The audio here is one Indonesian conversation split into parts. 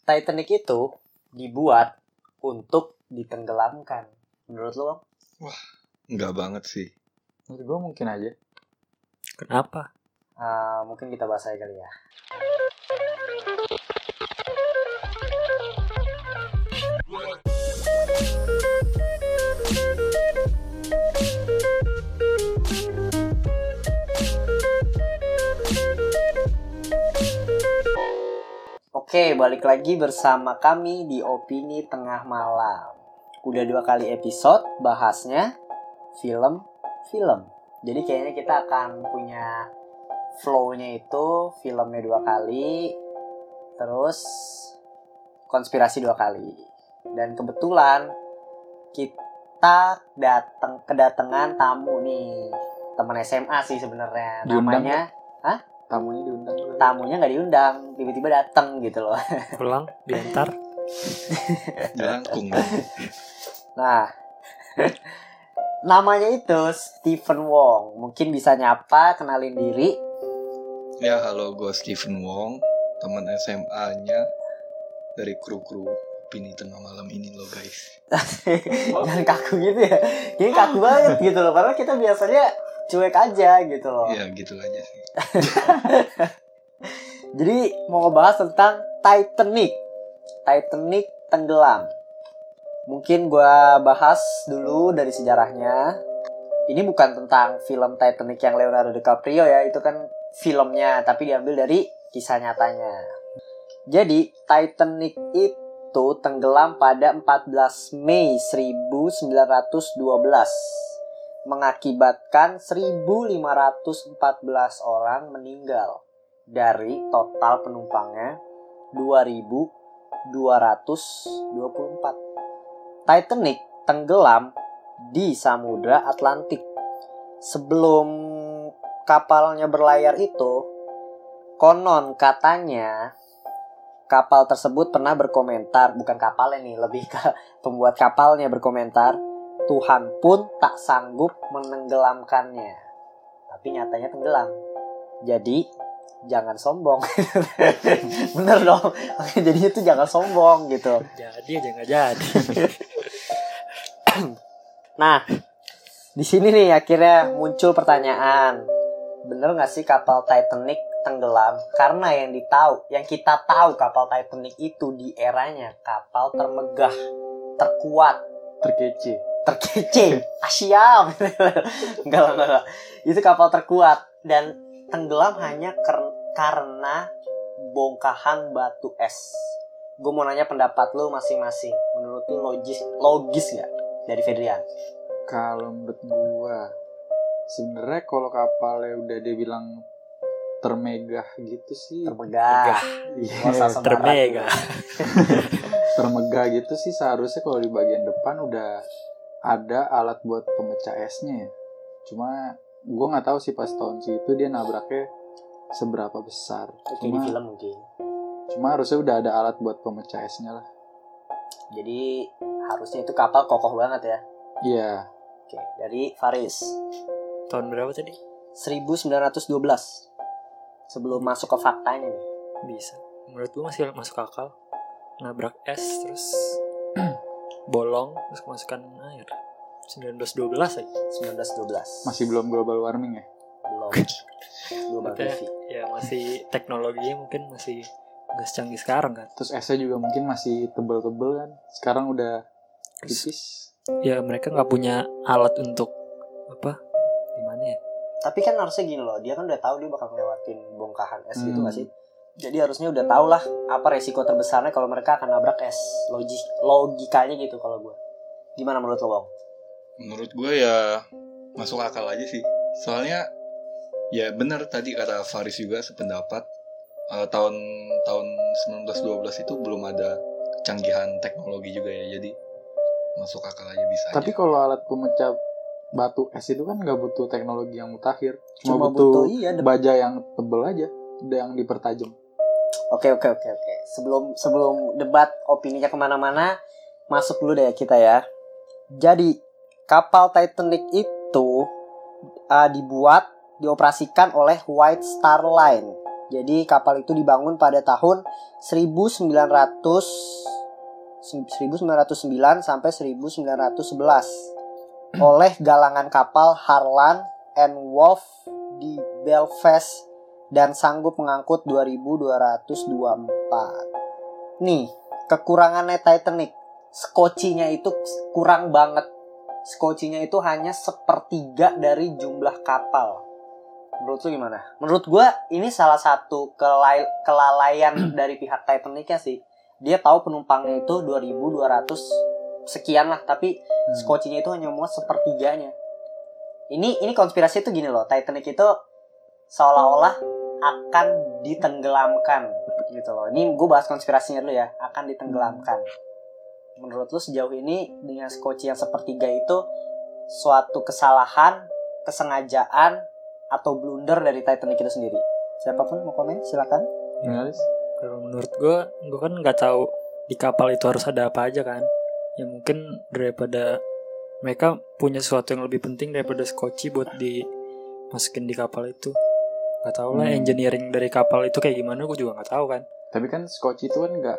Titanic itu dibuat untuk ditenggelamkan. Menurut lo? Wah, enggak banget sih. Menurut gue mungkin aja. Kenapa? Mungkin kita bahas aja kali ya. Oke, balik lagi bersama kami di Opini Tengah Malam. Udah 2 kali episode bahasnya film. Jadi kayaknya kita akan punya flow-nya itu filmnya 2 kali, terus konspirasi 2 kali. Dan kebetulan kita kedatangan tamu nih, teman SMA sih sebenarnya. Namanya, Tamunya diundang. tamunya nggak diundang, tiba-tiba datang gitu loh. Pulang, diantar. Jelangkung. Nah, namanya itu Stephen Wong. Mungkin bisa nyapa, kenalin diri. Ya, halo, gue Stephen Wong, teman SMA-nya dari kru Opini Tengah Malam ini loh guys. Jangan kaku gitu ya. Ini kaku banget gitu loh. Padahal kita biasanya cuek aja gitu loh. Ya gitu aja sih. Jadi mau ngebahas tentang Titanic tenggelam. Mungkin gue bahas dulu dari sejarahnya. Ini bukan tentang film Titanic yang Leonardo DiCaprio ya. Itu kan filmnya, tapi diambil dari kisah nyatanya. Jadi Titanic itu tenggelam pada 14 Mei 1912, mengakibatkan 1.514 orang meninggal dari total penumpangnya 2.224. Titanic tenggelam di Samudra Atlantik. Sebelum kapalnya berlayar itu, konon katanya kapal tersebut pernah berkomentar, bukan kapalnya nih, lebih ke pembuat kapalnya berkomentar, Tuhan pun tak sanggup menenggelamkannya. Tapi nyatanya tenggelam. Jadi jangan sombong. Bener dong. Jadi itu jangan sombong gitu. Jadi aja nggak jadi. Nah, di sini nih akhirnya muncul pertanyaan. Bener nggak sih kapal Titanic tenggelam? Karena yang kita tahu kapal Titanic itu di eranya kapal termegah, terkuat, Terkece. Siap. Enggak. Itu kapal terkuat dan tenggelam hanya karena bongkahan batu es. Gue mau nanya pendapat lu masing-masing. Menurut lu logis nggak dari Fedrian? Kalau menurut gua, sebenarnya kalau kapalnya udah dia bilang termegah gitu sih. Termegah. Termegah. Termegah gitu sih, seharusnya kalau di bagian depan udah ada alat buat pemecah esnya ya. Cuma gue nggak tahu sih pas tahun situ dia nabraknya seberapa besar. Kayak di film mungkin. Cuma harusnya udah ada alat buat pemecah esnya lah. Jadi harusnya itu kapal kokoh banget ya. Iya. Oke, dari Faris. Tahun berapa tadi? 1912. Sebelum masuk ke faktanya nih. Bisa. Menurut gue masih masuk akal. Nabrak es terus bolong terus kemasukan air. 1912 aja. 1912. Masih belum global warming ya? Belum. Global TV. Ya masih teknologinya mungkin masih nggak secanggih sekarang kan. Terus esnya juga mungkin masih tebel-tebel kan. Sekarang udah tipis. Ya mereka nggak punya alat untuk apa? Gimana ya? Tapi kan harusnya gini loh, dia kan udah tahu dia bakal ngelewatin bongkahan es gitu gak sih? Jadi harusnya udah tau lah apa resiko terbesarnya kalau mereka akan nabrak es. Logikanya gitu kalau gue. Gimana menurut lo, Bang? Menurut gue ya masuk akal aja sih. Soalnya ya benar tadi kata Faris juga sependapat. Tahun 1912 itu belum ada kecanggihan teknologi juga ya. Jadi masuk akal aja bisa. Tapi aja. kalau alat pemecah batu es itu kan nggak butuh teknologi yang mutakhir. Cuma butuh baja yang tebel aja, yang dipertajam. Oke. Sebelum debat opininya kemana-mana, masuk dulu deh kita ya. Jadi kapal Titanic itu dioperasikan oleh White Star Line. Jadi kapal itu dibangun pada tahun 1909 sampai 1911 oleh galangan kapal Harland and Wolff di Belfast dan sanggup mengangkut 2.224. Nih, kekurangannya Titanic, skocinya itu kurang banget. Skocinya itu hanya 1/3 dari jumlah kapal. Menurut lu gimana? Menurut gue ini salah satu kelalaian dari pihak Titanicnya sih. Dia tahu penumpangnya itu 2.200 sekian lah, tapi skocinya itu hanya muat 1/3-nya. Ini konspirasi itu gini loh, Titanic itu seolah-olah akan ditenggelamkan gitu loh. Ini gue bahas konspirasinya dulu ya, akan ditenggelamkan. Menurut lu sejauh ini dengan skoci yang 1/3 itu suatu kesalahan, kesengajaan, atau blunder dari Titanic itu sendiri? Siapapun mau komen silakan. Kalau menurut gue kan nggak tahu di kapal itu harus ada apa aja kan. Ya mungkin daripada mereka punya sesuatu yang lebih penting daripada skoci buat dimasukin di kapal itu. Nggak tahu lah engineering dari kapal itu kayak gimana, gue juga nggak tahu kan. Tapi kan skoci itu kan nggak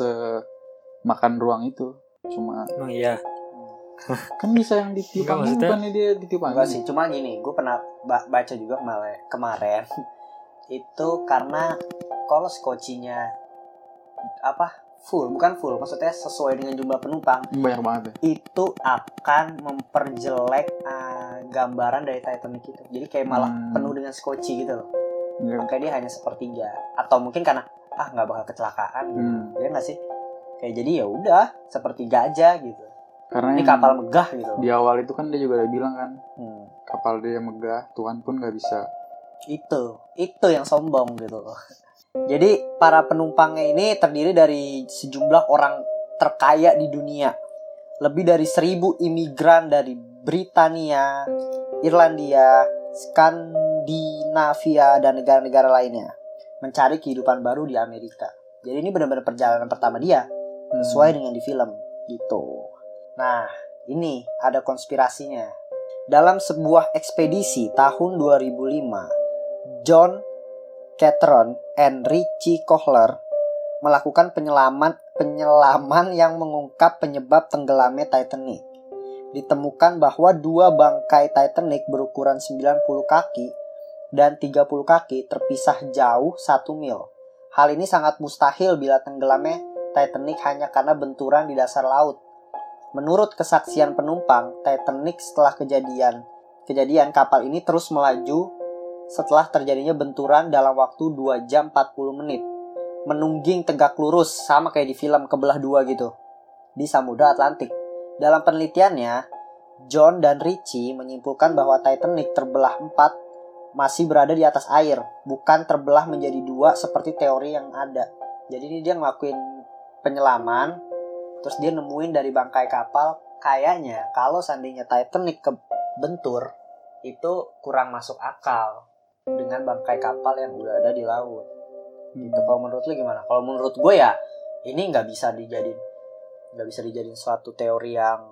makan ruang itu, cuma Emang iya. kan bisa yang ditiup Enggak, angin, maksudnya- bukannya dia ditiup angin. Enggak sih, cuma gini, gue pernah baca juga kemarin itu karena kalau skocinya bukan full, maksudnya sesuai dengan jumlah penumpang, Banyak banget ya. itu akan memperjelek gambaran dari Titanic itu. Jadi kayak malah penuh dengan skoci gitu loh. Ya, Makanya dia hanya 1/3. Atau mungkin karena nggak bakal kecelakaan gitu. Ya nggak sih? Kayak jadi ya udah 1/3 aja gitu. karena Ini yang kapal megah gitu. di awal itu kan dia juga udah bilang kan, Hmm. kapal dia megah, Tuhan pun nggak bisa. Itu yang sombong gitu loh. Jadi para penumpangnya ini terdiri dari sejumlah orang terkaya di dunia. Lebih dari 1.000 imigran dari Britania, Irlandia, Skandinavia, dan negara-negara lainnya mencari kehidupan baru di Amerika. Jadi ini benar-benar perjalanan pertama dia, sesuai dengan di film gitu. Nah, ini ada konspirasinya. Dalam sebuah ekspedisi tahun 2005, John Catheron and Richie Kohler melakukan penyelaman yang mengungkap penyebab tenggelamnya Titanic. Ditemukan bahwa 2 bangkai Titanic berukuran 90 kaki dan 30 kaki terpisah jauh 1 mil. Hal ini sangat mustahil bila tenggelamnya Titanic hanya karena benturan di dasar laut. Menurut kesaksian penumpang, Titanic setelah kejadian kapal ini terus melaju setelah terjadinya benturan dalam waktu 2 jam 40 menit. Menungging tegak lurus, sama kayak di film Kebelah Dua gitu, di Samudra Atlantik. Dalam penelitiannya, John dan Richie menyimpulkan bahwa Titanic terbelah 4 masih berada di atas air, bukan terbelah menjadi 2 seperti teori yang ada. Jadi ini dia ngelakuin penyelaman, terus dia nemuin dari bangkai kapal, kayaknya kalau seandainya Titanic kebentur, itu kurang masuk akal dengan bangkai kapal yang udah ada di laut. Gitu. Kalau menurut lu gimana? Kalau menurut gue ya, ini nggak bisa dijadiin suatu teori yang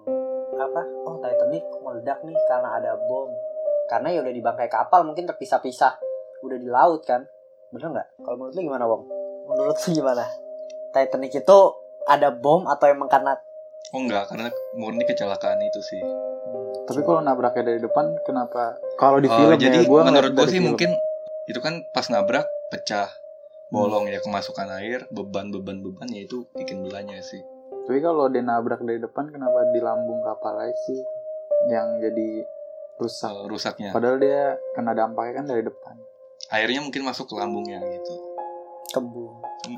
Titanic meledak nih karena ada bom. Karena ya udah di bangkai kapal, mungkin terpisah-pisah, udah di laut kan, bener nggak? Kalau menurut lu gimana, Wong? Menurut lu gimana? Titanic itu ada bom atau emang karena enggak, karena murni kecelakaan itu sih. Tapi kalau nabraknya dari depan, kenapa? Kalau di film jadi ya, gue menurut gue sih mungkin itu kan pas nabrak pecah, bolong ya, kemasukan air, beban ya itu bikin belanya sih. Tapi kalau dia nabrak dari depan, kenapa di lambung kapal aja sih yang jadi rusak? Rusaknya. Padahal dia kena dampaknya kan dari depan. Airnya mungkin masuk ke lambungnya gitu. kembung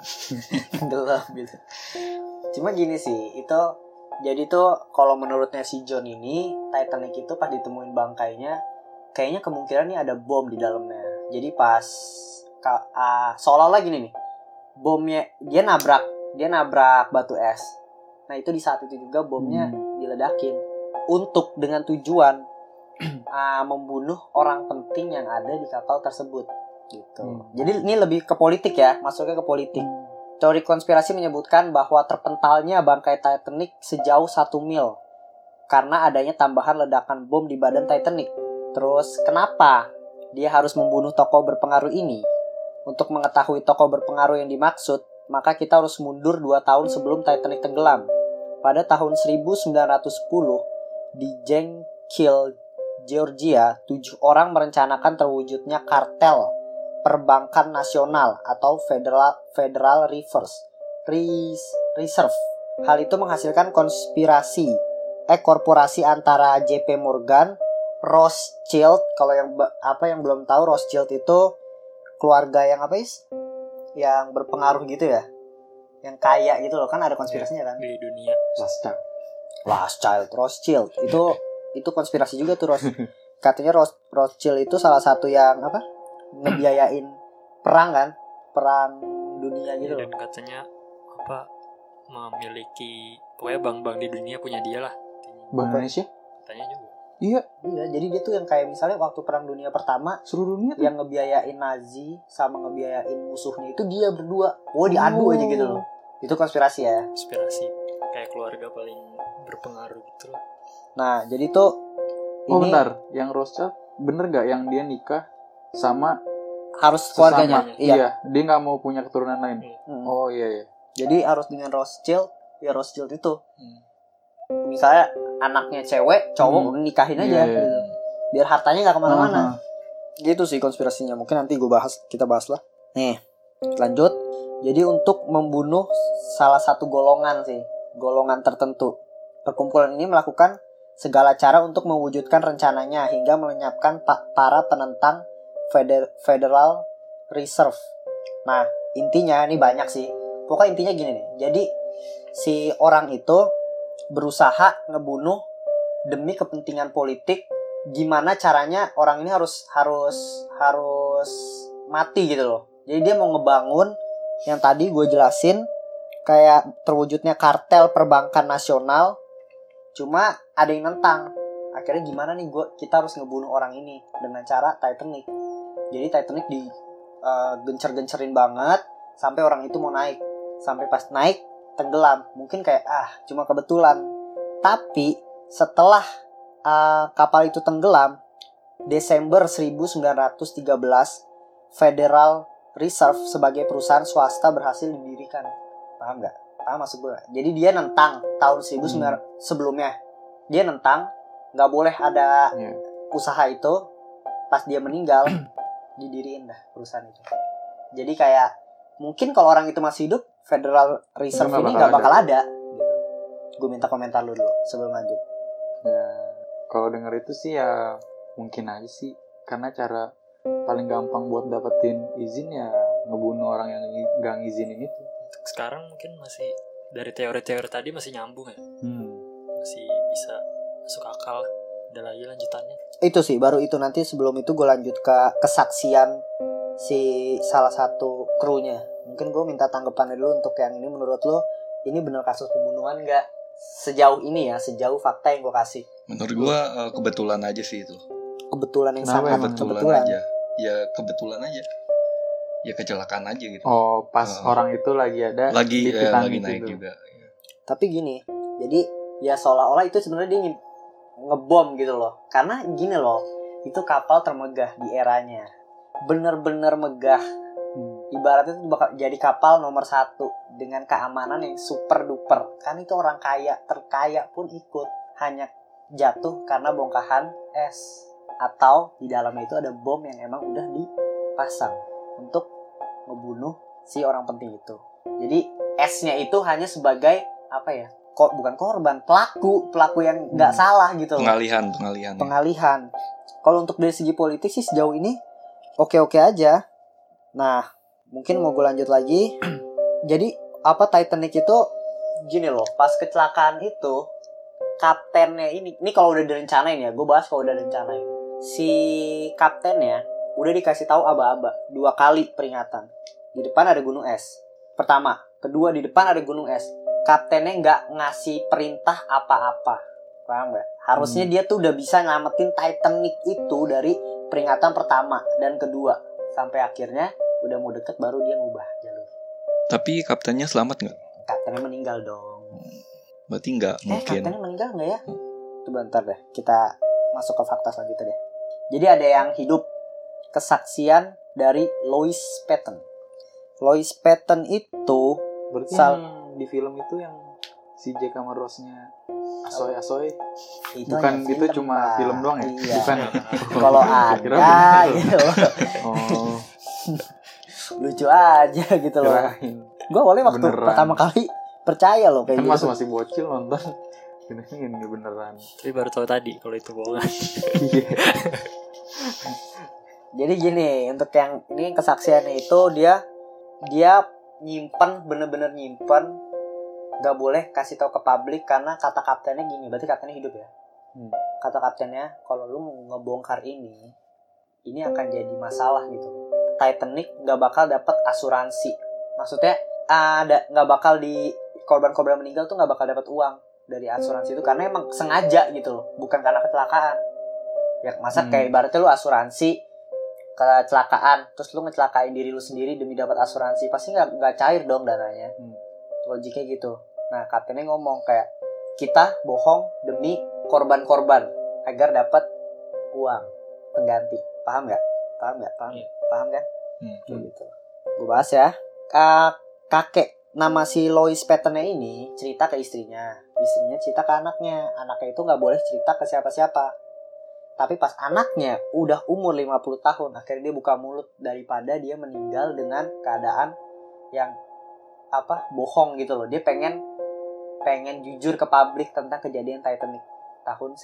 gelap gitu. Cuma gini sih, itu jadi tuh kalau menurutnya si John ini, Titanic itu pas ditemuin bangkainya, kayaknya kemungkinan nih ada bom di dalamnya. Jadi pas seolah-olah gini nih, bomnya dia nabrak batu es. Nah itu di saat itu juga bomnya diledakin untuk dengan tujuan membunuh orang penting yang ada di kapal tersebut gitu. Jadi ini lebih ke politik ya, masuknya ke politik. Teori konspirasi menyebutkan bahwa terpentalnya bangkai Titanic sejauh 1 mil karena adanya tambahan ledakan bom di badan Titanic. Terus kenapa dia harus membunuh tokoh berpengaruh ini? Untuk mengetahui tokoh berpengaruh yang dimaksud, maka kita harus mundur 2 tahun sebelum Titanic tenggelam. Pada tahun 1910, di Jenkill, Georgia, 7 orang merencanakan terwujudnya kartel perbankan nasional atau Federal Reserve. Hal itu menghasilkan korporasi antara JP Morgan, Rothschild. Kalau yang belum tahu, Rothschild itu keluarga yang yang berpengaruh gitu ya, yang kaya gitu loh, kan ada konspirasinya kan di dunia. Rothschild itu konspirasi juga tuh. Katanya Rothschild itu salah satu yang ngebiayain perang dunia gitu Dan loh. katanya memiliki pokoknya bank-bank di dunia punya dia lah. Bank Indonesia? Katanya juga. Iya, Jadi dia tuh yang kayak misalnya waktu perang dunia pertama, seluruh dunia tuh. yang ngebiayain Nazi sama ngebiayain musuhnya itu dia berdua. Diadu aja gitu loh. Itu konspirasi ya. Konspirasi kayak keluarga paling berpengaruh gitu loh. Nah, jadi tuh Bentar, yang Rothschild bener gak yang dia nikah sama harus sesama? keluarganya. Iya, dia gak mau punya keturunan lain. Hmm. Oh iya. Jadi harus dengan Rothschild itu. Misalnya anaknya cewek, cowok udah nikahin aja Iya. gitu. Biar hartanya nggak kemana-mana. Uh-huh. Gitu sih konspirasinya. Mungkin nanti kita bahas lah. Nih, lanjut. Jadi untuk membunuh salah satu golongan tertentu, perkumpulan ini melakukan segala cara untuk mewujudkan rencananya hingga melenyapkan para penentang Federal Reserve. Nah, intinya ini banyak sih. Pokoknya intinya gini nih. Jadi si orang itu berusaha ngebunuh demi kepentingan politik. Gimana caranya orang ini harus mati gitu loh. Jadi dia mau ngebangun yang tadi gue jelasin, kayak terwujudnya kartel perbankan nasional. Cuma ada yang nentang. Akhirnya gimana nih, kita harus ngebunuh orang ini dengan cara Titanic. Jadi Titanic gencer-gencerin banget sampai orang itu mau naik. Sampai pas naik tenggelam. Mungkin kayak cuma kebetulan. Tapi setelah kapal itu tenggelam, Desember 1913, Federal Reserve sebagai perusahaan swasta berhasil didirikan. Paham gak? Paham maksud gue? Jadi dia nentang tahun 1900 sebelumnya. Dia nentang gak boleh ada usaha itu. Pas dia meninggal didiriin dah perusahaan itu. Jadi kayak mungkin kalau orang itu masih hidup, Federal Reserve ini gak bakal ada gitu. Gue minta komentar lu dulu sebelum lanjut. Ya, kalau denger itu sih ya mungkin aja sih, karena cara paling gampang buat dapetin izin ya ngebunuh orang yang gak ngizinin itu. Untuk sekarang mungkin masih dari teori-teori tadi masih nyambung ya. Masih bisa masuk akal. Ada lagi lanjutannya. Itu sih, baru itu nanti sebelum itu gue lanjut ke kesaksian si salah satu krunya. Mungkin gue minta tanggapannya dulu untuk yang ini. Menurut lo ini bener kasus pembunuhan gak? Sejauh ini ya, sejauh fakta yang gue kasih. Menurut gue kebetulan aja sih itu. Kebetulan yang Kenapa sangat emang? kebetulan aja. Ya kebetulan aja. Ya kecelakaan aja gitu. Oh, pas orang itu lagi ada lagi di Titanic lagi naik gitu. juga. Tapi gini, jadi ya seolah-olah itu sebenarnya dia ngebom gitu loh. Karena gini loh, itu kapal termegah di eranya. Bener-bener megah. Ibaratnya itu bakal jadi kapal nomor 1 dengan keamanan yang super duper. Kan itu orang kaya, terkaya pun ikut. Hanya jatuh karena bongkahan es. Atau di dalamnya itu ada bom yang emang udah dipasang untuk ngebunuh si orang penting itu. Jadi esnya itu hanya sebagai bukan korban, pelaku yang nggak salah gitu. Pengalihan. Kalau untuk dari segi politik sih sejauh ini oke aja. Nah, mungkin mau gue lanjut lagi. Jadi Titanic itu gini loh, pas kecelakaan itu kaptennya ini kalau udah direncanain ya, gue bahas kalau udah direncanain. Si kaptennya udah dikasih tahu aba-aba 2 kali peringatan. Di depan ada gunung es. Pertama, kedua di depan ada gunung es. Kaptennya nggak ngasih perintah apa-apa. Paham nggak? Harusnya dia tuh udah bisa nyelamatin Titanic itu dari peringatan pertama dan kedua. Sampai akhirnya udah mau deket baru dia ngubah jalur. Tapi kaptennya selamat nggak? Kaptennya meninggal dong. Berarti nggak mungkin. Kaptennya meninggal nggak ya? Coba bentar deh. Kita masuk ke fakta selanjutnya deh. Jadi ada yang hidup. Kesaksian dari Lois Patton. Lois Patton itu Berarti Sal- yang di film itu yang si Jack sama Rose-nya asoy-asoy. itu Bukan hanya itu cuma Pak. film doang ya? Iya. Bukan. Kalau Kira ada bener. gitu Oh, lucu aja gitu loh. kirain. Gue awalnya waktu Beneran. pertama kali percaya loh kayak Kan gitu. masih bocil nonton. Ini beneran. Tapi baru tahu tadi kalau itu bohongan. Iya. Jadi gini, untuk yang ini kesaksiannya itu dia nyimpen, bener-bener nyimpen, nggak boleh kasih tahu ke publik karena kata kaptennya gini, berarti kaptennya hidup ya. Kata kaptennya, kalau lu ngebongkar ini akan jadi masalah gitu. Titanic nggak bakal dapat asuransi, maksudnya nggak bakal di korban-korban meninggal tuh nggak bakal dapat uang dari asuransi itu karena emang sengaja gitu loh, bukan karena kecelakaan. Ya masa kayak ibaratnya lu asuransi kecelakaan terus lu ngecelakain diri lu sendiri demi dapat asuransi, pasti nggak cair dong dananya. Logiknya gitu. Nah kaptennya ngomong kayak kita bohong demi korban-korban agar dapat uang pengganti. Paham nggak? Paham kan? Kayak gitu. Gue bahas ya. Kakek nama si Lois Patton ini cerita ke istrinya cerita ke anaknya itu nggak boleh cerita ke siapa-siapa. Tapi pas anaknya udah umur 50 tahun, akhirnya dia buka mulut daripada dia meninggal dengan keadaan yang bohong gitu loh. Dia pengen jujur ke publik tentang kejadian Titanic tahun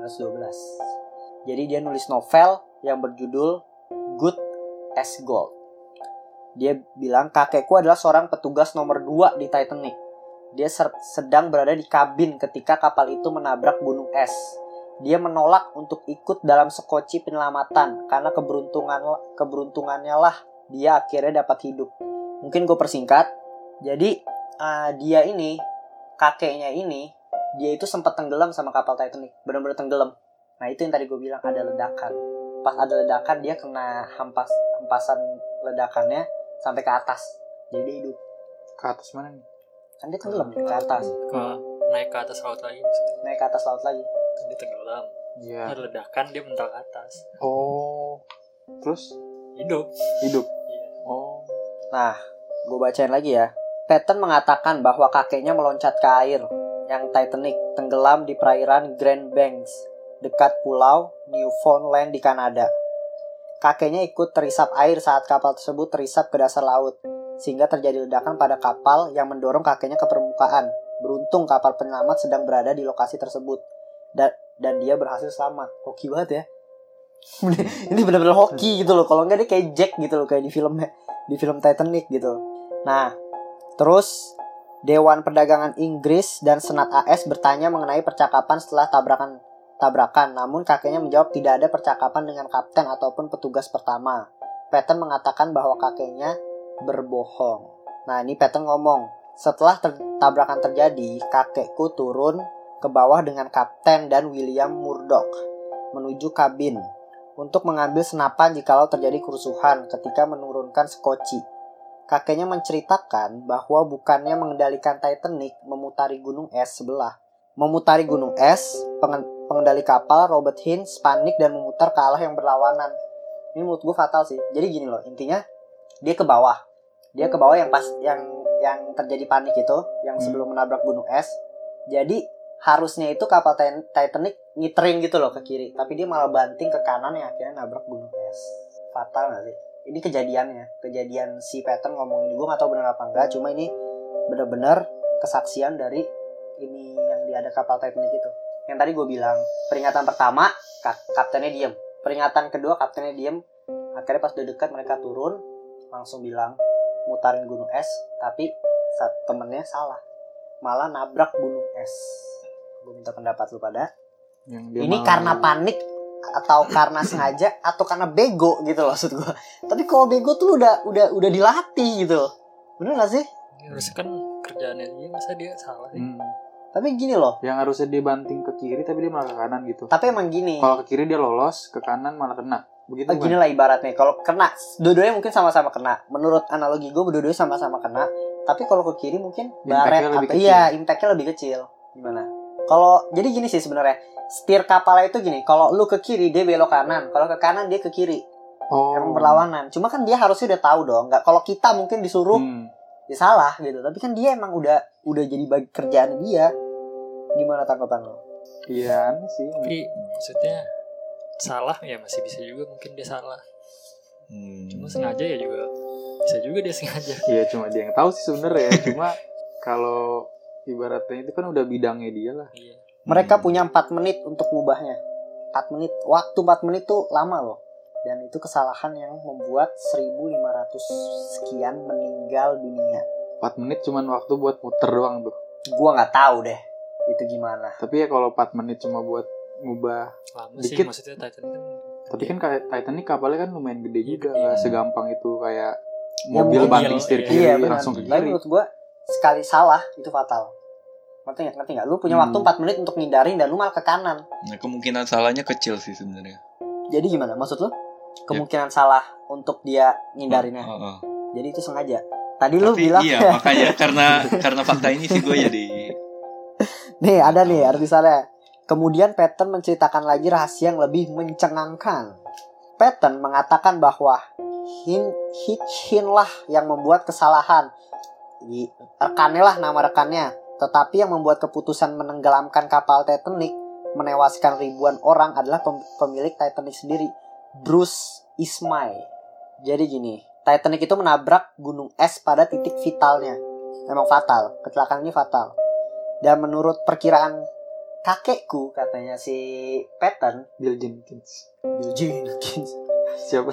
1912. Jadi dia nulis novel yang berjudul Good as Gold. Dia bilang kakekku adalah seorang petugas nomor 2 di Titanic. Dia sedang berada di kabin ketika kapal itu menabrak gunung es. Dia menolak untuk ikut dalam sekoci penyelamatan karena keberuntungannya lah dia akhirnya dapat hidup. Mungkin gue persingkat. Jadi dia ini, kakeknya ini, dia itu sempat tenggelam sama kapal Titanic, benar-benar tenggelam. Nah itu yang tadi gue bilang ada ledakan. Pas ada ledakan dia kena hempasan ledakannya sampai ke atas. Jadi dia hidup. Ke atas mana nih? Kan dia tenggelam ke atas. Naik ke atas laut lagi maksudnya. Naik ke atas laut lagi. Kan dia tenggelam. Iya. Ada ledakan dia mental ke atas. Oh. Terus Hidup. hidup. Iya. Oh. Nah, gue bacain lagi ya. Patton mengatakan bahwa kakeknya meloncat ke air yang Titanic tenggelam di perairan Grand Banks dekat pulau Newfoundland di Kanada. Kakeknya ikut terisap air saat kapal tersebut terisap ke dasar laut, sehingga terjadi ledakan pada kapal yang mendorong kakeknya ke permukaan. Beruntung kapal penyelamat sedang berada di lokasi tersebut dan dia berhasil selamat. Hoki banget ya. Ini benar-benar hoki gitu loh. Kalau enggak dia kayak Jack gitu loh, kayak di film Titanic gitu. Nah, terus Dewan Perdagangan Inggris dan Senat AS bertanya mengenai percakapan setelah tabrakan. Namun kakeknya menjawab tidak ada percakapan dengan kapten ataupun petugas pertama. Patton mengatakan bahwa kakeknya berbohong. Nah, ini Patton ngomong, setelah tabrakan terjadi, kakekku turun ke bawah dengan kapten dan William Murdoch menuju kabin untuk mengambil senapan jikalau terjadi kerusuhan ketika menurunkan sekoci. Kakeknya menceritakan bahwa bukannya mengendalikan Titanic memutari gunung es sebelah. Memutari gunung es, pengendali kapal Robert Hines panik dan memutar ke arah yang berlawanan. Ini menurut gue fatal sih. Jadi gini loh, intinya dia ke bawah. Dia ke bawah yang pas yang terjadi panik itu, yang sebelum menabrak gunung es. Jadi harusnya itu kapal Titanic ngiterin gitu loh ke kiri, tapi dia malah banting ke kanan yang akhirnya nabrak gunung es. Fatal gak sih? Ini kejadian si Patton ngomong ini, gue gak tahu benar apa enggak, cuma ini benar-benar kesaksian dari ini yang ada kapal Titanic itu. Yang tadi gue bilang, peringatan pertama kaptennya diem, peringatan kedua kaptennya diem, akhirnya pas udah dekat mereka turun langsung bilang mutarin gunung es, tapi temennya salah, malah nabrak gunung es. Gue minta pendapat lu pada. Ini karena panik atau karena sengaja atau karena bego gitu loh maksud gue. Tapi kalau bego tuh udah dilatih gitu. Bener gak sih? Harusnya kan kerjaannya dia, masa dia salah sih? Tapi gini loh. Yang harusnya dia banting ke kiri tapi dia malah ke kanan gitu. Tapi emang gini. Kalau ke kiri dia lolos, ke kanan malah kena. Begitu gini lah ibaratnya. Kalau kena, dua-duanya mungkin sama-sama kena. Menurut analogi gue, dua-duanya sama-sama kena. Tapi kalau ke kiri mungkin baret atau impact-nya lebih kecil. Gimana? Kalau jadi gini sih sebenarnya. Setir kapalnya itu gini, kalau lu ke kiri dia belok kanan, kalau ke kanan dia ke kiri. emang berlawanan. Cuma kan dia harusnya udah tahu dong. Nggak, kalau kita mungkin disuruh ya salah gitu. Tapi kan dia emang udah jadi bagi kerjaan dia. Gimana tanggapan lo? Iya sih. Tapi maksudnya salah ya masih bisa juga mungkin dia salah. Cuma sengaja ya juga bisa juga dia sengaja. Iya cuma dia yang tahu sih sebenarnya. Cuma kalau ibaratnya itu kan udah bidangnya dia lah. Iya. Mereka punya 4 menit untuk mengubahnya. 4 menit. Waktu 4 menit tuh lama loh. Dan itu kesalahan yang membuat 1.500 sekian meninggal dunia. 4 menit cuman waktu buat muter doang tuh. Gua nggak tahu deh itu gimana. Tapi ya kalau 4 menit cuma buat ngubah Lama dikit. sih maksudnya Titan kan. Tapi kan kayak Titanic kapalnya kan lumayan gede juga. Iya. Nggak segampang itu kayak Ya, mobil mungkin banting iya, setir iya, kiri benar. langsung ke Tapi kiri. menurut gua sekali salah itu fatal. Ngerti nggak? Lu punya waktu 4 menit untuk ngindarin dan lu malah ke kanan. Nah, kemungkinan salahnya kecil sih sebenarnya. Jadi gimana? Maksud lu? Kemungkinan salah untuk dia ngindarinnya. Heeh. Jadi itu sengaja. Tadi lu Tapi bilang iya, makanya karena fakta ini sih gue jadi nih ada nih artisannya. Kemudian Patton menceritakan lagi rahasia yang lebih mencengangkan. Patton mengatakan bahwa Hitchin lah yang membuat kesalahan. Rekannya lah nama rekannya. Tetapi yang membuat keputusan menenggelamkan kapal Titanic menewaskan ribuan orang adalah pemilik Titanic sendiri, Bruce Ismay. Jadi gini, Titanic itu menabrak gunung es pada titik vitalnya. Memang fatal, kecelakaan ini fatal. Dan menurut perkiraan kakekku, katanya si Patton, Bill Jenkins. Siapa?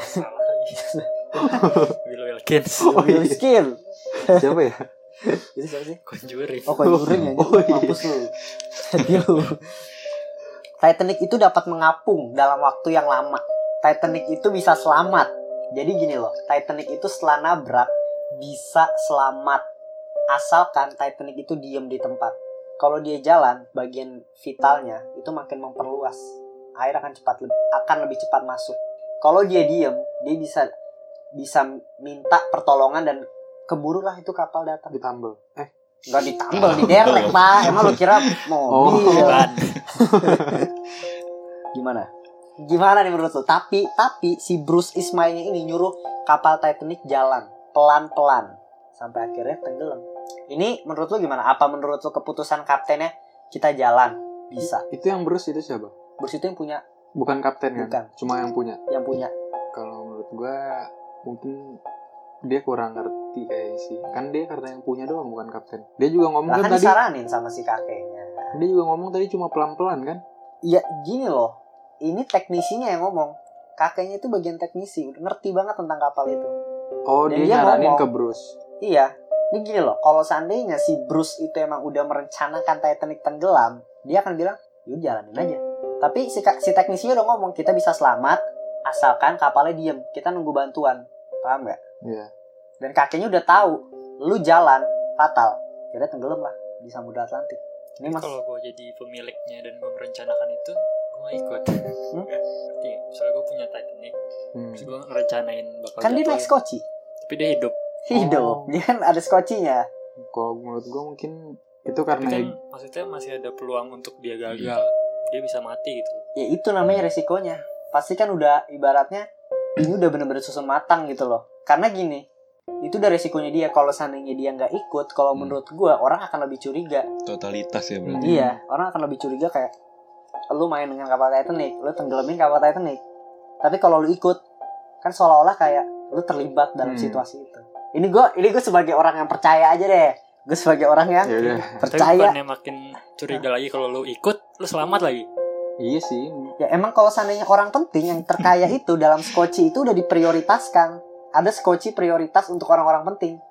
Will Wilkins. Will Skill. Siapa ya? Itu siapa sih? Conjuring. Oh, Conjuring ya. Mampus lu. Jadi lu. Titanic itu dapat mengapung dalam waktu yang lama. Titanic itu bisa selamat. Jadi gini loh, Titanic itu setelah nabrak bisa selamat asalkan Titanic itu diem di tempat. Kalau dia jalan, bagian vitalnya itu makin memperluas. Air akan lebih cepat masuk. Kalau dia diem, dia bisa minta pertolongan dan keburulah itu kapal datang. Ditambal. Enggak ditambal, diderek, Pak. Emang lu kira mobil? Gimana nih menurut lu? Tapi si Bruce Ismay ini nyuruh kapal Titanic jalan pelan-pelan sampai akhirnya tenggelam. Ini menurut lu gimana? Apa menurut lu keputusan kaptennya kita jalan bisa? Itu yang Bruce itu siapa? Bruce itu yang punya, Bukan kapten kan? Bukan. Cuma yang punya. Kalau menurut gua mungkin dia kurang ngerti kayaknya sih. Kan dia karena yang punya doang, bukan kapten. Dia juga ngomong kan tadi. disaranin sama si kakeknya. Dia juga ngomong tadi cuma pelan-pelan kan? Iya, gini loh. Ini teknisinya yang ngomong. Kakeknya itu bagian teknisi, udah ngerti banget tentang kapal itu. Oh, Dan dia nyaranin ngomong, ke Bruce. Iya. Ini gini loh, kalau seandainya si Bruce itu emang udah merencanakan Titanic tenggelam, dia akan bilang, yuk jalanin aja. Tapi si teknisinya udah ngomong, kita bisa selamat asalkan kapalnya diem. Kita nunggu bantuan. Paham gak? Iya. Dan kakeknya udah tahu, lu jalan fatal. Kira tenggelam lah di Samudra Atlantik. Ini mas. Kalau gue jadi pemiliknya dan gue merencanakan itu, gue gak ikut. Ngerti gak? Misalnya gue punya Titanic, terus gue ngerencanain bakal Kan dia naik jatuhin. skoci. Tapi dia hidup. Hidup. Dia kan ada skocinya. Kalau menurut gua mungkin itu Tapi karena kan maksudnya masih ada peluang untuk dia gagal. Dia bisa mati gitu. Ya itu namanya resikonya. Pasti kan udah ibaratnya ini udah bener-bener susun matang gitu loh. Karena gini, itu udah resikonya dia. Kalau seandainya dia nggak ikut, kalau menurut gua orang akan lebih curiga. totalitas ya berarti. Iya, orang akan lebih curiga kayak lu main dengan kapal Titanic, lu tenggelamin kapal Titanic. Tapi kalau lu ikut, kan seolah-olah kayak lu terlibat dalam situasi itu. Ini gue sebagai orang yang percaya aja deh. Gue sebagai orang yang Yaudah. Tapi percaya. bukannya makin curiga lagi kalau lu ikut, lu selamat lagi. Iya sih. Ya emang kalau seandainya orang penting yang terkaya itu dalam skoci itu udah diprioritaskan. Ada skoci prioritas untuk orang-orang penting.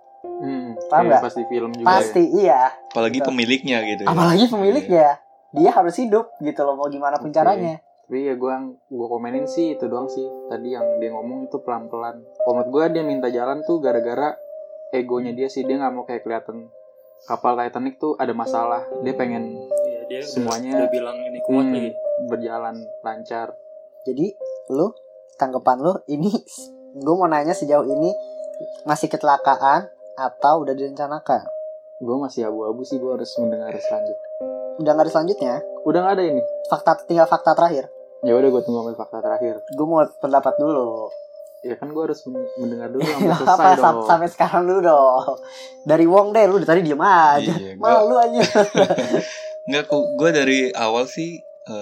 Paham Kayak nggak? pasti film juga. Pasti iya. Apalagi pemiliknya gitu. Ya. Apalagi pemiliknya. Dia harus hidup gitu loh, mau gimana pun caranya. Tapi ya gua komenin sih itu doang sih. Tadi yang dia ngomong itu pelan-pelan. Kalau menurut gua dia minta jalan tuh gara-gara egonya dia sih. Dia nggak mau kayak kelihatan kapal Titanic tuh ada masalah. Dia pengen Iya, dia semuanya udah bilang ini kuat nih. berjalan lancar. Jadi lu tanggapan lu ini gue mau nanya sejauh ini masih kecelakaan atau udah direncanakan? Gue masih abu-abu sih. Gue harus mendengar selanjutnya. Udah nggak ada selanjutnya? Udah nggak ada ini. Tinggal fakta terakhir. Ya udah gue tunggu sampai fakta terakhir. Gue mau pendapat dulu. Ya kan gue harus mendengar dulu sampai Nggak selesai apa-apa, dong. sampai sekarang dulu dong. Dari Wong deh, lu dari tadi diem aja. Iya, Malu aja. Enggak, gue dari awal sih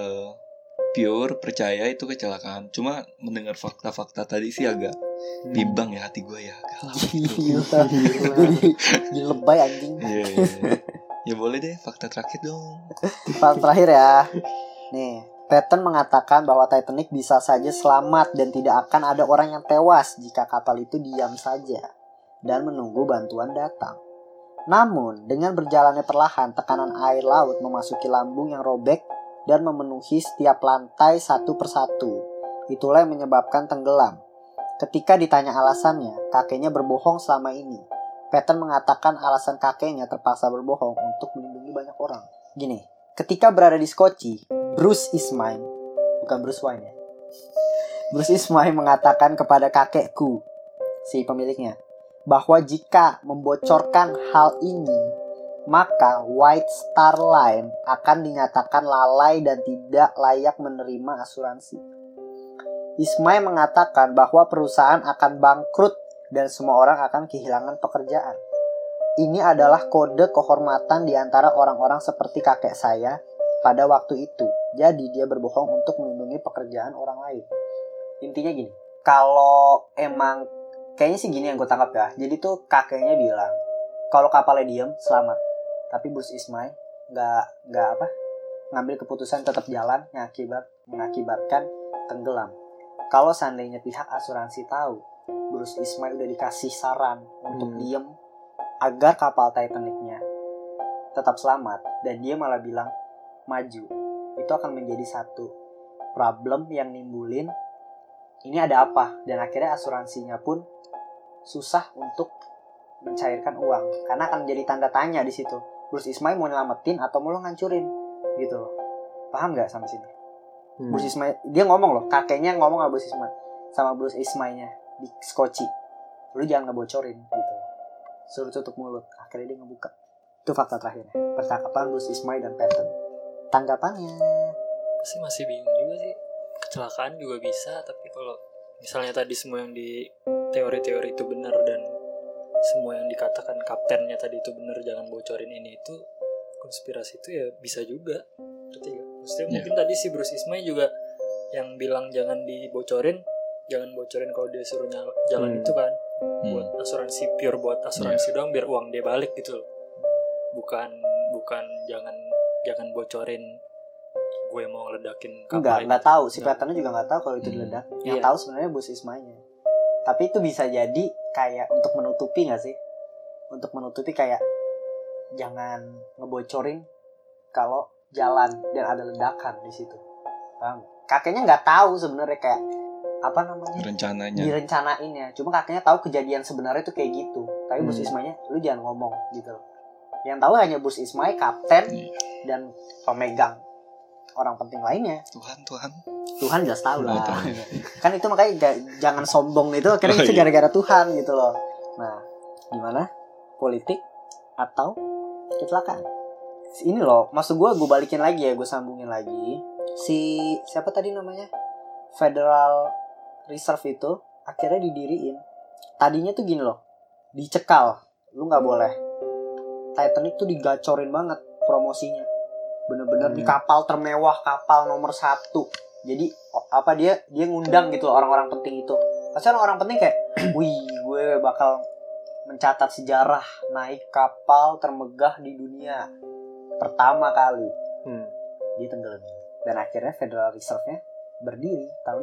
pure percaya itu kecelakaan. Cuma mendengar fakta-fakta tadi sih agak bimbang ya hati gue ya. Gila. Jadi lebay anjing. Iya. Ya boleh deh, fakta terakhir dong. Fakta terakhir ya. Nih, Patton mengatakan bahwa Titanic bisa saja selamat dan tidak akan ada orang yang tewas jika kapal itu diam saja dan menunggu bantuan datang. Namun, dengan berjalannya perlahan, tekanan air laut memasuki lambung yang robek dan memenuhi setiap lantai satu persatu. Itulah yang menyebabkan tenggelam. Ketika ditanya alasannya, kakeknya berbohong selama ini. Patton mengatakan alasan kakeknya terpaksa berbohong untuk melindungi banyak orang. Gini, ketika berada di Skocie, Bruce Ismay, bukan Bruce Wayne ya. Bruce Ismay mengatakan kepada kakekku, si pemiliknya, bahwa jika membocorkan hal ini, maka White Star Line akan dinyatakan lalai dan tidak layak menerima asuransi. Ismay mengatakan bahwa perusahaan akan bangkrut dan semua orang akan kehilangan pekerjaan. Ini adalah kode kehormatan di antara orang-orang seperti kakek saya pada waktu itu. Jadi dia berbohong untuk melindungi pekerjaan orang lain. Intinya gini, kalau emang kayaknya sih gini yang gue tangkap ya. Jadi tuh kakeknya bilang kalau kapalnya diem selamat. Tapi Bruce Ismay nggak ngambil keputusan tetap jalan yang mengakibatkan tenggelam. Kalau seandainya pihak asuransi tahu Bruce Ismay udah dikasih saran untuk diem agar kapal Titanicnya tetap selamat dan dia malah bilang maju, itu akan menjadi satu problem yang nimbulin ini ada apa, dan akhirnya asuransinya pun susah untuk mencairkan uang karena akan menjadi tanda tanya di situ. Bruce Ismay mau nyelamatin atau mau lo ngancurin gitu loh. Paham nggak sampai sini? Bruce Ismay dia ngomong loh, kakeknya ngomong sama Bruce Ismay-nya di Skocie, lu jangan ngebocorin gitu, suruh tutup mulut. Akhirnya dia ngebuka. Itu fakta terakhirnya, percakapan Bruce Ismay dan Patton. Tanggapannya sih masih bingung juga sih. Kecelakaan juga bisa, tapi kalau misalnya tadi semua yang di teori-teori itu benar dan semua yang dikatakan kaptennya tadi itu benar, jangan bocorin ini itu konspirasi, itu ya bisa juga. Berarti gak? Maksudnya mungkin tadi si Bruce Ismay juga yang bilang jangan dibocorin, jangan bocorin kalau dia suruh jalan itu kan buat asuransi, pure buat asuransi doang biar uang dia balik gitu loh. Bukan jangan bocorin gue mau ngeledakin kapal. Enggak tahu si Pattonnya juga nggak tahu kalau itu diledak. Yang tahu sebenarnya Bruce Ismay-nya. Tapi itu bisa jadi kayak untuk menutupi nggak sih? Untuk menutupi kayak jangan ngebocorin kalau jalan dan ada ledakan di situ. Paham? Kakeknya nggak tahu sebenarnya kayak apa namanya? Rencananya. Direncanainnya. Cuma kakeknya tahu kejadian sebenarnya itu kayak gitu. Tapi Bruce Ismay-nya lu jangan ngomong gitu loh. Yang tahu hanya Bruce Ismay, kapten dan pemegang orang penting lainnya. Tuhan jelas tahu lah. Kan itu makanya jangan sombong itu akhirnya itu gara-gara Tuhan gitu loh. Nah, gimana? Politik atau kecelakaan? Ini loh, maksud gue balikin lagi ya, gue sambungin lagi. Si siapa tadi namanya? Federal Reserve itu akhirnya didiriin. Tadinya tuh gini loh, dicekal, lu nggak boleh. Titanic tuh digacorin banget promosinya. Bener-bener di kapal termewah, kapal nomor 1. Jadi apa dia ngundang gitu loh orang-orang penting itu. Pasti orang-orang penting kayak, wih gue bakal mencatat sejarah naik kapal termegah di dunia pertama kali. Dia tenggelam. Dan akhirnya Federal Reserve-nya berdiri tahun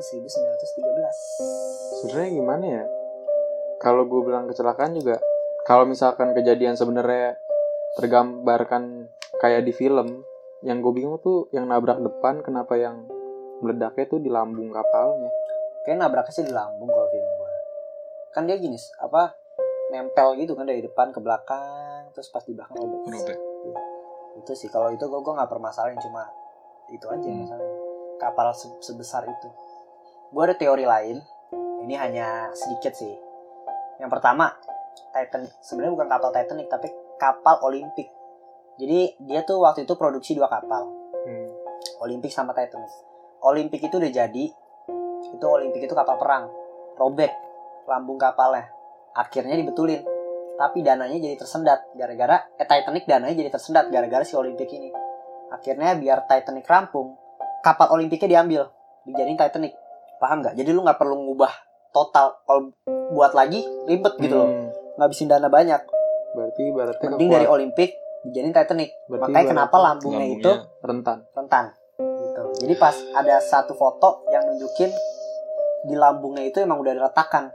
1913. Sebenarnya gimana ya? Kalau gue bilang kecelakaan juga, kalau misalkan kejadian sebenarnya tergambarkan kayak di film, yang gue bingung tuh yang nabrak depan, kenapa yang meledaknya tuh di lambung kapalnya? Kayak nabraknya sih di lambung kalau film gue. Kan dia gini, nempel gitu kan dari depan ke belakang, terus pas di belakang robek. Itu sih, kalau itu gue nggak permasalahin, cuma itu aja masalahnya. Kapal sebesar itu. Gue ada teori lain, ini hanya sedikit sih. Yang pertama, Titanic sebenarnya bukan kapal Titanic, tapi kapal Olimpik. Jadi dia tuh waktu itu produksi 2 kapal, Olimpik sama Titanic. Olimpik itu udah jadi, itu Olimpik itu kapal perang, robek lambung kapalnya. Akhirnya dibetulin. Tapi dananya jadi tersendat gara-gara Titanic dananya jadi tersendat gara-gara si Olympic ini. Akhirnya biar Titanic rampung, kapal Olympicnya diambil, dijadiin Titanic. Paham nggak? Jadi lu nggak perlu ngubah total. Kalau buat lagi ribet gitu loh. Ngabisin dana banyak. Berarti ibaratnya Mending dari Olympic dijadiin Titanic. Berarti Makanya kenapa lambungnya itu rentan. gitu. Jadi pas ada satu foto yang nunjukin di lambungnya itu emang udah ada retakan.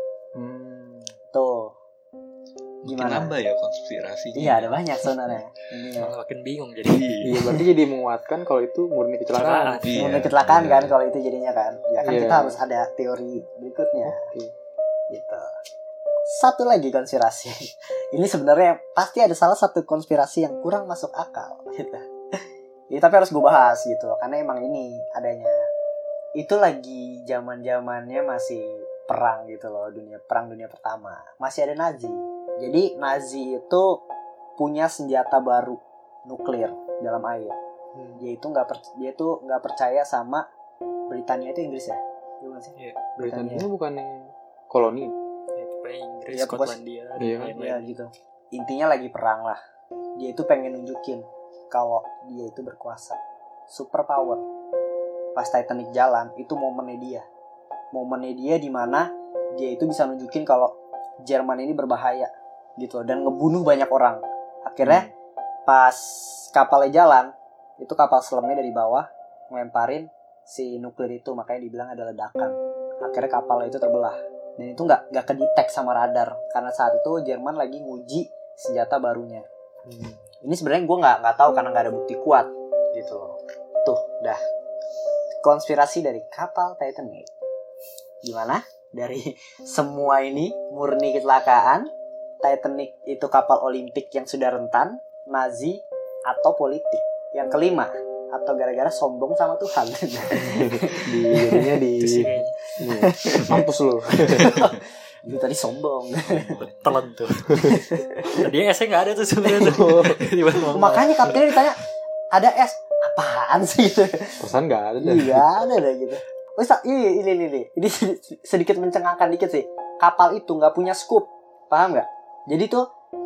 Tuh. Mungkin Gimana? nambah ya konspirasinya. Iya, ada banyak sebenarnya. Malah makin bingung jadi. Iya, berarti jadi menguatkan kalau itu murni kecelakaan. Iya. Mau kecelakaan Iya. kan kalau itu jadinya kan. Ya kan Iya. kita harus ada teori berikutnya. Oke. Gitu. Satu lagi konspirasi. Ini sebenarnya pasti ada salah satu konspirasi yang kurang masuk akal gitu. Ya, tapi harus gue bahas gitu karena emang ini adanya. Itu lagi zaman-zamannya masih perang gitu loh, perang dunia pertama. Masih ada Nazi. Jadi Nazi itu punya senjata baru nuklir dalam air. Dia itu nggak percaya sama Britania itu Inggris ya? Gimana sih? Iya. Britania itu bukannya koloni? Ya, pokoknya Inggris, Iya, pokoknya- Skotlandia, Iya. lain-lain. Ya gitu. Intinya lagi perang lah. Dia itu pengen nunjukin kalau dia itu berkuasa, super power. Pas Titanic jalan, itu momennya dia. Momennya dia di mana dia itu bisa nunjukin kalau Jerman ini berbahaya gitu dan ngebunuh banyak orang. Akhirnya pas kapalnya jalan, itu kapal selamnya dari bawah ngelemparin si nuklir itu, makanya dibilang ada ledakan. Akhirnya kapalnya itu terbelah. Dan itu nggak kedetek sama radar karena saat itu Jerman lagi nguji senjata barunya. Ini sebenarnya gue nggak tahu karena nggak ada bukti kuat gitu loh. Tuh, dah. Konspirasi dari kapal Titanic. Gimana? Dari semua ini murni kecelakaan, Titanic itu kapal Olimpik yang sudah rentan, Nazi atau politik. Yang kelima, atau gara-gara sombong sama Tuhan. Jadinya Itu sih kayaknya. Iya. Mampus lu. Itu tadi sombong. Telan tuh. Tadinya esnya nggak ada tuh sebenarnya tuh. Tiba-tiba ngomong. Makanya kaptennya ditanya, ada es? Apaan sih gitu? Perasaan nggak ada. Iya, ada dah gitu. Oh, ini sedikit mencengangkan dikit sih. Kapal itu nggak punya scoop, paham nggak? Jadi tuh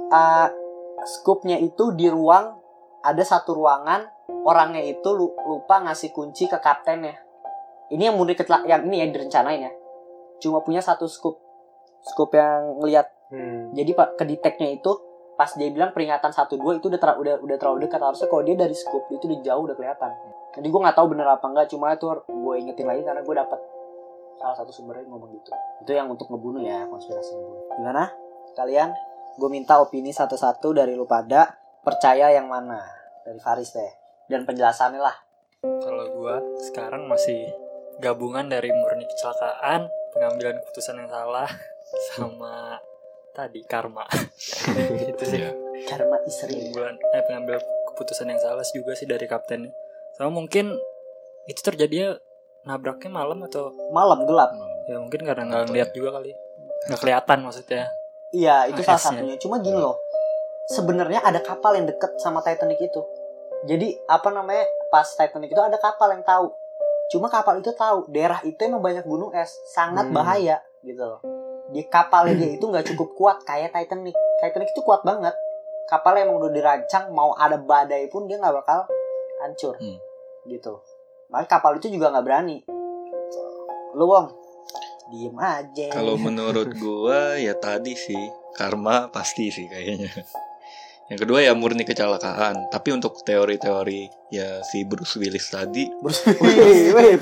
scoopnya itu di ruang, ada satu ruangan, orangnya itu lupa ngasih kunci ke kaptennya. Ini yang murni yang ini yang direncanain ya. Cuma punya satu scoop yang ngelihat. Jadi pak kedeteknya itu pas dia bilang peringatan 1-2 itu udah terlalu dekat. Harusnya kalau dia dari scoop itu udah jauh, udah kelihatan. Jadi gue nggak tahu bener apa enggak, cuma itu gue ingetin lagi karena gue dapat salah satu sumbernya ngomong gitu. Itu yang untuk ngebunuh ya, konspirasi ngebunuh. Gimana kalian? Gue minta opini satu-satu dari lu pada, percaya yang mana? Dari Faris deh. Dan penjelasannya lah. Kalau gua sekarang masih gabungan dari murni kecelakaan, pengambilan keputusan yang salah, sama tadi karma. Itu sih. Iya. Karma istri. Pengambil keputusan yang salah juga sih dari kaptennya. Sama mungkin itu terjadinya nabraknya malam atau Malam gelap. ya mungkin karena nggak ngeliat juga kali, nggak kelihatan maksudnya. Iya, itu salah AS-nya. satunya. Cuma gini loh. Sebenarnya ada kapal yang deket sama Titanic itu. Jadi pas Titanic itu ada kapal yang tahu. Cuma kapal itu tahu daerah itu emang banyak gunung es, sangat bahaya gitu loh. Di kapalnya dia itu nggak cukup kuat kayak Titanic. Titanic itu kuat banget. Kapalnya emang udah dirancang, mau ada badai pun dia nggak bakal hancur. Gitu. Makanya kapal itu juga nggak berani. Lu Wong, diem aja. Kalau menurut gua ya tadi sih karma pasti sih kayaknya. Yang kedua ya murni kecelakaan. Tapi untuk teori-teori ya si Bruce Willis tadi, Wih.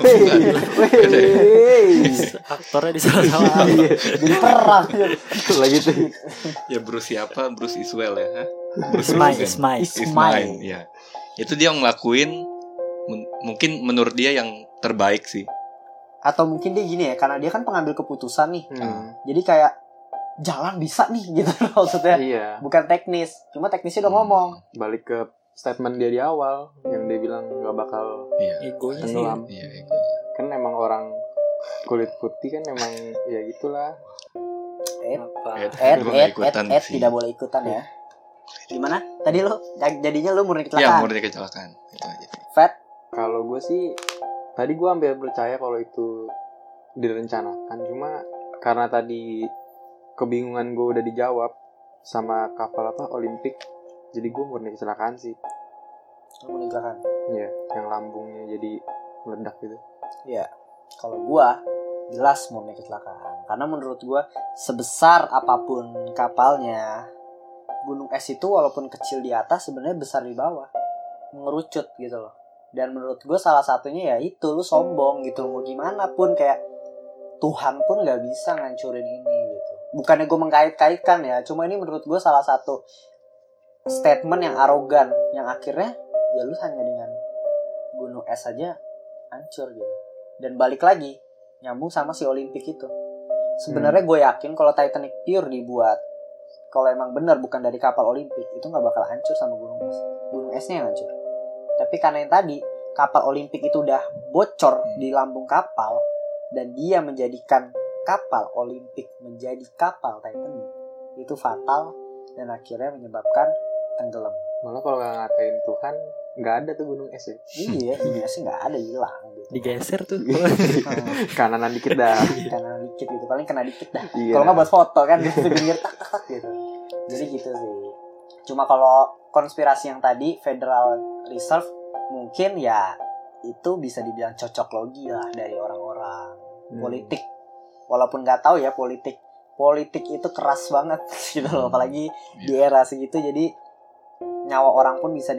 Aktornya disalah-salah. Jadi perang. Lagi tuh. ya Bruce siapa? Bruce Ismail ya. Hah? Ismail. Ismail. Ya. Itu dia ngelakuin mungkin menurut dia yang terbaik sih. Atau mungkin dia gini ya, karena dia kan pengambil keputusan nih. Jadi kayak jalan bisa nih gitu maksudnya. Iya. Bukan teknis, cuma teknisnya udah ngomong. Balik ke statement dia di awal yang dia bilang nggak bakal Iya. Egonya sih. tenggelam. Iya, Kan emang orang kulit putih kan emang ya gitulah. Apa? Gua nggak ikutan sih. Tidak boleh ikutan ya. Gimana? Tadi lo jadinya lo murni Ya kecelakaan. murni kecelakaan. Itu aja sih. Fat. Kalau gue sih tadi gue hampir percaya kalau itu direncanakan, cuma karena tadi kebingungan gue udah dijawab sama kapal apa Olimpik, jadi gue murni kecelakaan sih. Lu meninggalkan. Iya, yang lambungnya jadi meledak gitu. Iya. Kalau gua jelas murni kecelakaan. Karena menurut gua sebesar apapun kapalnya, gunung es itu walaupun kecil di atas sebenarnya besar di bawah. Mengerucut gitu loh. Dan menurut gua salah satunya ya itu, lu sombong gitu. Mau gimana pun kayak Tuhan pun gak bisa ngancurin ini gitu. Bukannya gua mengkait-kaitkan ya, cuma ini menurut gua salah satu statement yang arogan, yang akhirnya ya lu hanya dengan gunung es aja hancur gitu. Dan balik lagi nyambung sama si Olimpik itu. Sebenarnya gue yakin kalau Titanic pure dibuat, kalau emang benar bukan dari kapal Olimpik, itu nggak bakal hancur sama gunung es. Gunung esnya yang hancur. Tapi karena yang tadi kapal Olimpik itu udah bocor di lambung kapal dan dia menjadikan kapal Olimpik menjadi kapal Titanic, itu fatal dan akhirnya menyebabkan tenggelam. Malah kalau nggak ngatain Tuhan, nggak ada tuh gunung es ya. Iya, gunung esnya nggak ada, hilang gitu. Digeser tuh. Kananan dikit dah. Kanan dikit gitu, paling kena dikit dah. Iya. Kalau nggak buat foto kan gitu, pinggir tak tak gitu. Jadi gitu sih. Cuma kalau konspirasi yang tadi Federal Reserve mungkin ya itu bisa dibilang cocok logi lah dari orang-orang politik. Walaupun nggak tahu ya politik itu keras banget gitu loh, apalagi di era segitu. Jadi nyawa orang pun bisa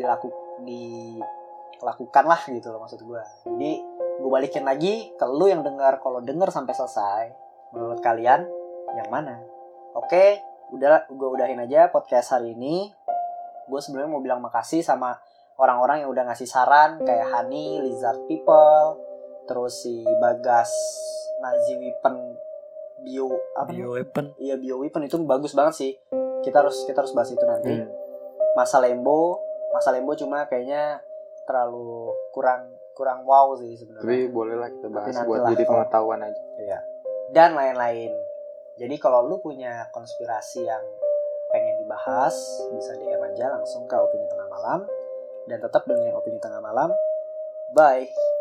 dilakukan lah gitu loh maksud gue. Jadi gue balikin lagi ke lu yang dengar, kalau denger sampai selesai, menurut kalian yang mana? Oke, gue udahin aja podcast hari ini. Gue sebenarnya mau bilang makasih sama orang-orang yang udah ngasih saran kayak Hani, Lizard People, terus si Bagas, Nazi Weapon, Bioweapon. Iya, Bioweapon itu bagus banget sih. Kita harus bahas itu nanti. Masa Lembo cuma kayaknya terlalu kurang wow sih sebenarnya. Tapi bolehlah kita bahas Tapi buat nantilah jadi kalau- pengetahuan aja. Iya. Dan lain-lain. Jadi kalau lu punya konspirasi yang pengen dibahas, bisa DM aja langsung ke Opini Tengah Malam. Dan tetap dengerin Opini Tengah Malam. Bye.